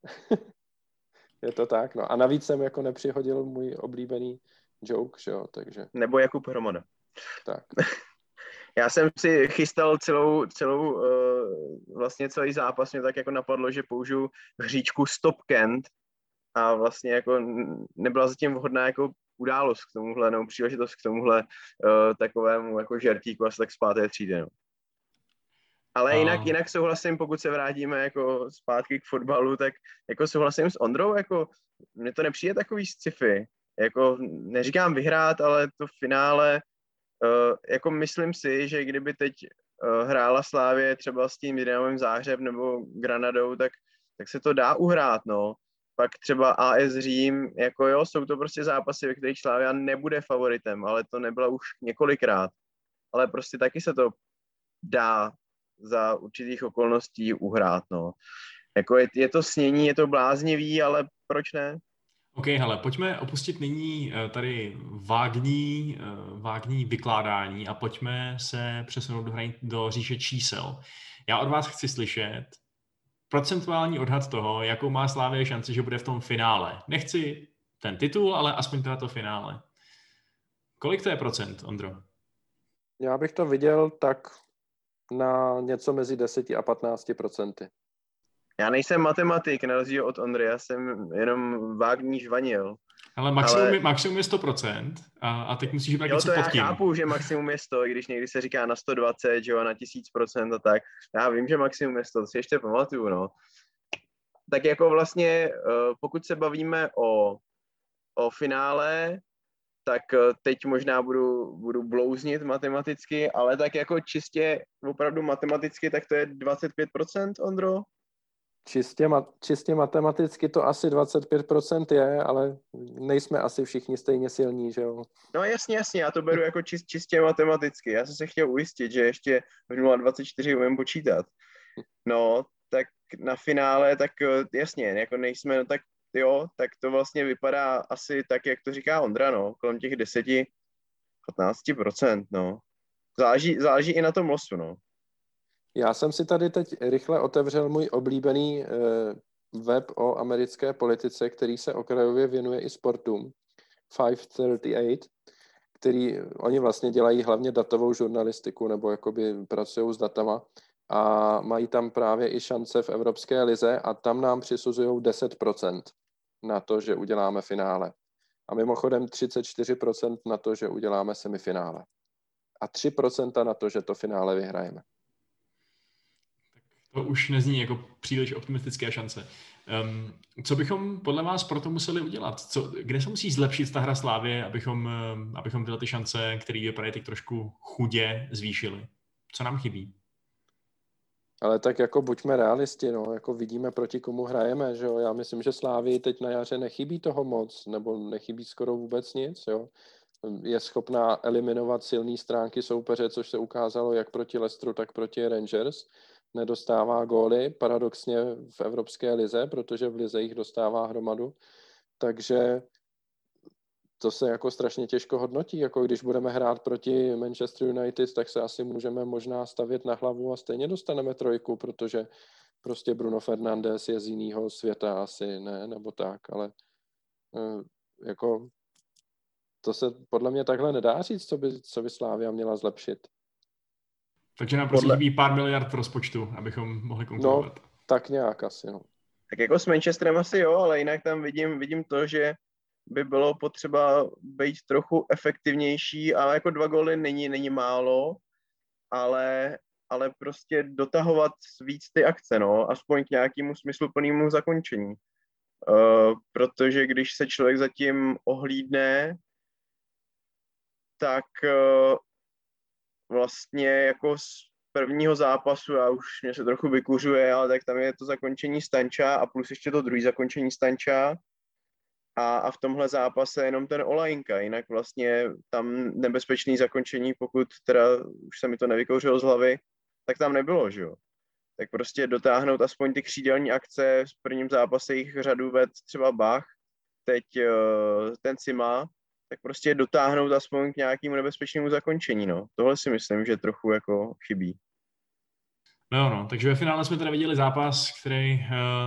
Je to tak, no. A navíc jsem jako nepřihodil můj oblíbený joke, že jo, takže... Nebo Jakub Hromada. Tak. Já jsem si chystal celou, celou uh, vlastně celý zápas, mě tak jako napadlo, že použiju hříčku Stop Kent a vlastně jako nebyla zatím vhodná jako událost k tomuhle, nebo příležitost k tomuhle uh, takovému jako žertíku asi tak z páté třídy, no. Ale jinak, jinak souhlasím, pokud se vrátíme jako zpátky k fotbalu, tak jako souhlasím s Ondrou, jako mně to nepřijde takový sci-fi. Jako neříkám vyhrát, ale to finále, uh, jako myslím si, že kdyby teď uh, hrála Slavie třeba s tím Dynamem Záhřeb nebo Granadou, tak, tak se to dá uhrát, no. Pak třeba A S Řím, jako jo, jsou to prostě zápasy, ve kterých Slavia nebude favoritem, ale to nebyla už několikrát. Ale prostě taky se to dá za určitých okolností uhrát, no. Jako je, je to snění, je to bláznivý, ale proč ne? OK, hele, pojďme opustit nyní tady vágní, vágní vykládání a pojďme se přesunout do, hraní, do říše čísel. Já od vás chci slyšet procentuální odhad toho, jakou má Slavia šanci, že bude v tom finále. Nechci ten titul, ale aspoň teda to finále. Kolik to je procent, Ondro? Já bych to viděl tak na něco mezi deset a patnáct procenty. Já nejsem matematik, na rozdíl od Ondry, já jsem jenom vágní žvanil. Ale maximum, ale... Je, maximum je sto procent a, a teď musíš vybrat něco pod tím. Jo, to já chápu, že maximum je sto, i když někdy se říká na sto dvacet, že jo, na tisíc procent a tak. Já vím, že maximum je sto, to si ještě pamatuju, no. Tak jako vlastně, pokud se bavíme o, o finále, tak teď možná budu, budu blouznit matematicky, ale tak jako čistě, opravdu matematicky, tak to je dvacet pět procent, Ondro? Čistě, čistě matematicky to asi dvacet pět procent je, ale nejsme asi všichni stejně silní, že jo? No jasně, jasně, já to beru jako čist, čistě matematicky. Já jsem se chtěl ujistit, že ještě v nula dvacet čtyři umím počítat. No, tak na finále, tak jasně, jako nejsme, no tak jo, tak to vlastně vypadá asi tak, jak to říká Ondra, no, kolem těch deset až patnáct procent, no. Záleží, záleží i na tom losu, no. Já jsem si tady teď rychle otevřel můj oblíbený eh, web o americké politice, který se okrajově věnuje i sportům, pět třicet osm, který oni vlastně dělají hlavně datovou žurnalistiku nebo jakoby pracují s datama a mají tam právě i šance v Evropské lize a tam nám přisuzují deset procent na to, že uděláme finále. A mimochodem třicet čtyři procent na to, že uděláme semifinále. A tři procenta na to, že to finále vyhrajeme. To už nezní jako příliš optimistické šance. Um, co bychom podle vás proto museli udělat? Co, kde se musí zlepšit ta hra Slavie, abychom, um, abychom tyhle ty šance, které vypadají teď trošku chudě, zvýšili? Co nám chybí? Ale tak jako buďme realisti, no, jako vidíme, proti komu hrajeme, že jo? Já myslím, že Slavii teď na jaře nechybí toho moc, nebo nechybí skoro vůbec nic, jo? Je schopná eliminovat silné stránky soupeře, což se ukázalo jak proti Leicesteru, tak proti Rangers. Nedostává góly, paradoxně v Evropské lize, protože v lize jich dostává hromadu. Takže to se jako strašně těžko hodnotí. Jako když budeme hrát proti Manchester United, tak se asi můžeme možná stavět na hlavu a stejně dostaneme trojku, protože prostě Bruno Fernandes je z jiného světa asi, ne, nebo tak, ale jako to se podle mě takhle nedá říct, co by, co by Slavia měla zlepšit. Takže nám prostě chybí pár miliard v rozpočtu, abychom mohli konkurovat. No, tak nějak asi, no. Tak jako s Manchesterem asi jo, ale jinak tam vidím, vidím to, že by bylo potřeba být trochu efektivnější, ale jako dva góly není, není málo, ale, ale prostě dotahovat víc ty akce, no, aspoň k nějakému smysluplnému zakončení. Uh, protože když se člověk zatím ohlídne, tak uh, vlastně jako z prvního zápasu, já už mě se trochu vykuřuje, ale tak tam je to zakončení Stanča a plus ještě to druhý zakončení Stanča a, a v tomhle zápase jenom ten Olajinka, jinak vlastně tam nebezpečný zakončení, pokud teda už se mi to nevykouřilo z hlavy, tak tam nebylo, že jo. Tak prostě dotáhnout aspoň ty křídelní akce, v prvním zápase jich řadu ved třeba Bach, teď uh, ten Cima, tak prostě dotáhnout aspoň k nějakému nebezpečnému zakončení, no. Tohle si myslím, že trochu jako chybí. No, no, takže ve finále jsme teda viděli zápas, který,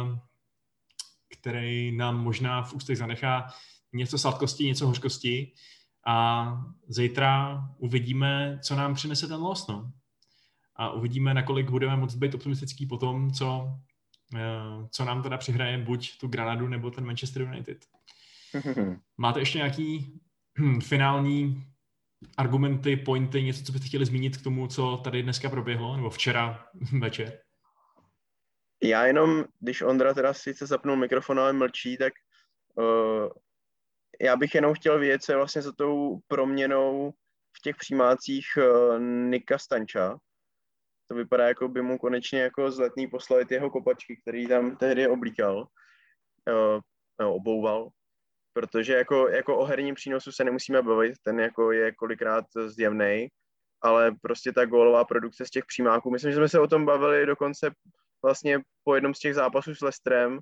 který nám možná v ústech zanechá něco sladkosti, něco hořkosti a zítra uvidíme, co nám přinese ten los, no. A uvidíme, nakolik budeme moct být optimistický po tom, co, co nám teda přihraje buď tu Granadu, nebo ten Manchester United. Máte ještě nějaký hm, finální argumenty, pointy, něco, co byste chtěli zmínit k tomu, co tady dneska proběhlo, nebo včera večer? Já jenom, když Ondra teda sice zapnul mikrofon, ale mlčí, tak uh, já bych jenom chtěl vědět, co je vlastně za tou proměnou v těch přijímácích uh, Nika Stanča. To vypadá, jako by mu konečně jako z Letný poslali ty jeho kopačky, který tam tehdy oblíkal, uh, no, obouval. Protože jako, jako o herním přínosu se nemusíme bavit, ten jako je kolikrát zjevnej, ale prostě ta gólová produkce z těch přímáků, myslím, že jsme se o tom bavili dokonce vlastně po jednom z těch zápasů s Leicesterem,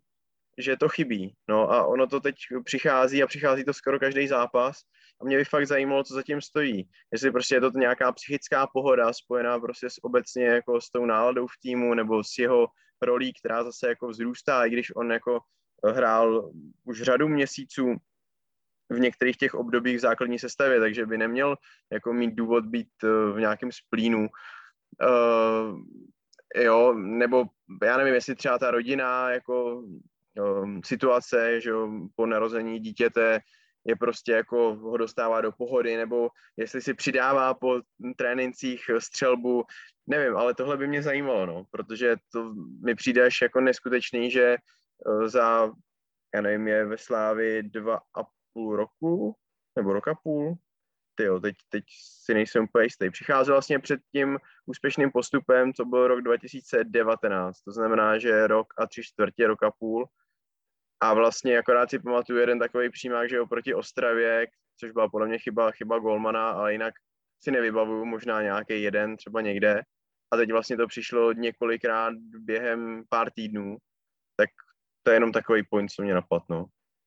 že to chybí. No a ono to teď přichází a přichází to skoro každý zápas a mě by fakt zajímalo, co zatím stojí. Jestli prostě je to nějaká psychická pohoda spojená prostě s obecně jako s tou náladou v týmu nebo s jeho rolí, která zase jako vzrůstá, i když on jako hrál už řadu měsíců v některých těch obdobích v základní sestavě, takže by neměl jako mít důvod být v nějakém splínu. Uh, jo, nebo já nevím, jestli třeba ta rodina jako um, situace, že jo, po narození dítěte je prostě jako ho dostává do pohody, nebo jestli si přidává po trénincích střelbu, nevím, ale tohle by mě zajímalo, no, protože to mi přijde až jako neskutečný, že uh, za, já nevím, je ve Slávii dva a půl roku, nebo roka půl, tyjo, teď, teď si nejsem úplně jistý. Přicházel vlastně před tím úspěšným postupem, co byl rok dva tisíce devatenáct, to znamená, že rok a tři čtvrtě, rok a půl. A vlastně akorát si pamatuju jeden takový přímák, že oproti Ostravě, což byla podle mě chyba, chyba golmana, ale jinak si nevybavuju, možná nějaký jeden třeba někde. A teď vlastně to přišlo několikrát během pár týdnů, tak to je jenom takový point, co mě napadlo. No.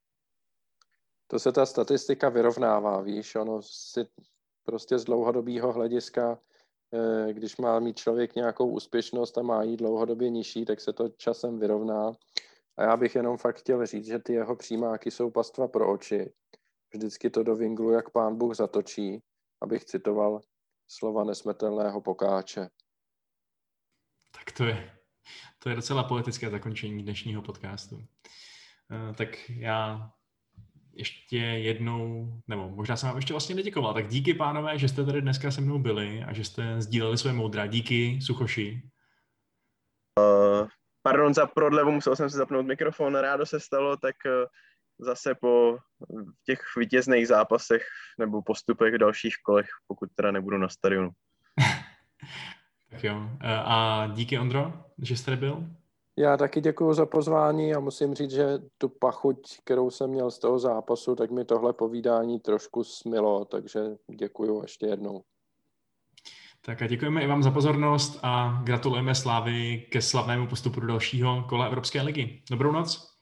To se ta statistika vyrovnává, víš, ono si prostě z dlouhodobého hlediska, když má mít člověk nějakou úspěšnost a má jí dlouhodobě nižší, tak se to časem vyrovná. A já bych jenom fakt chtěl říct, že ty jeho přímáky jsou pastva pro oči. Vždycky to do vinglu, jak pán Bůh zatočí, abych citoval slova nesmrtelného Pokáče. Tak to je, to je docela poetické zakončení dnešního podcastu. Uh, tak já ještě jednou, nebo možná jsem vám ještě vlastně neděkoval, tak díky pánové, že jste tady dneska se mnou byli a že jste sdíleli své moudra. Díky, Suchoši. Uh, pardon za prodlevu, musel jsem si zapnout mikrofon, rádo se stalo, tak uh, zase po těch vítězných zápasech nebo postupech v dalších kolech, pokud teda nebudu na stadionu. Tak jo. Uh, a díky, Ondro, že jste tady byl. Já taky děkuju za pozvání a musím říct, že tu pachuť, kterou jsem měl z toho zápasu, tak mi tohle povídání trošku smilo, takže děkuju ještě jednou. Tak a děkujeme i vám za pozornost a gratulujeme Slávii ke slavnému postupu do dalšího kola Evropské ligy. Dobrou noc.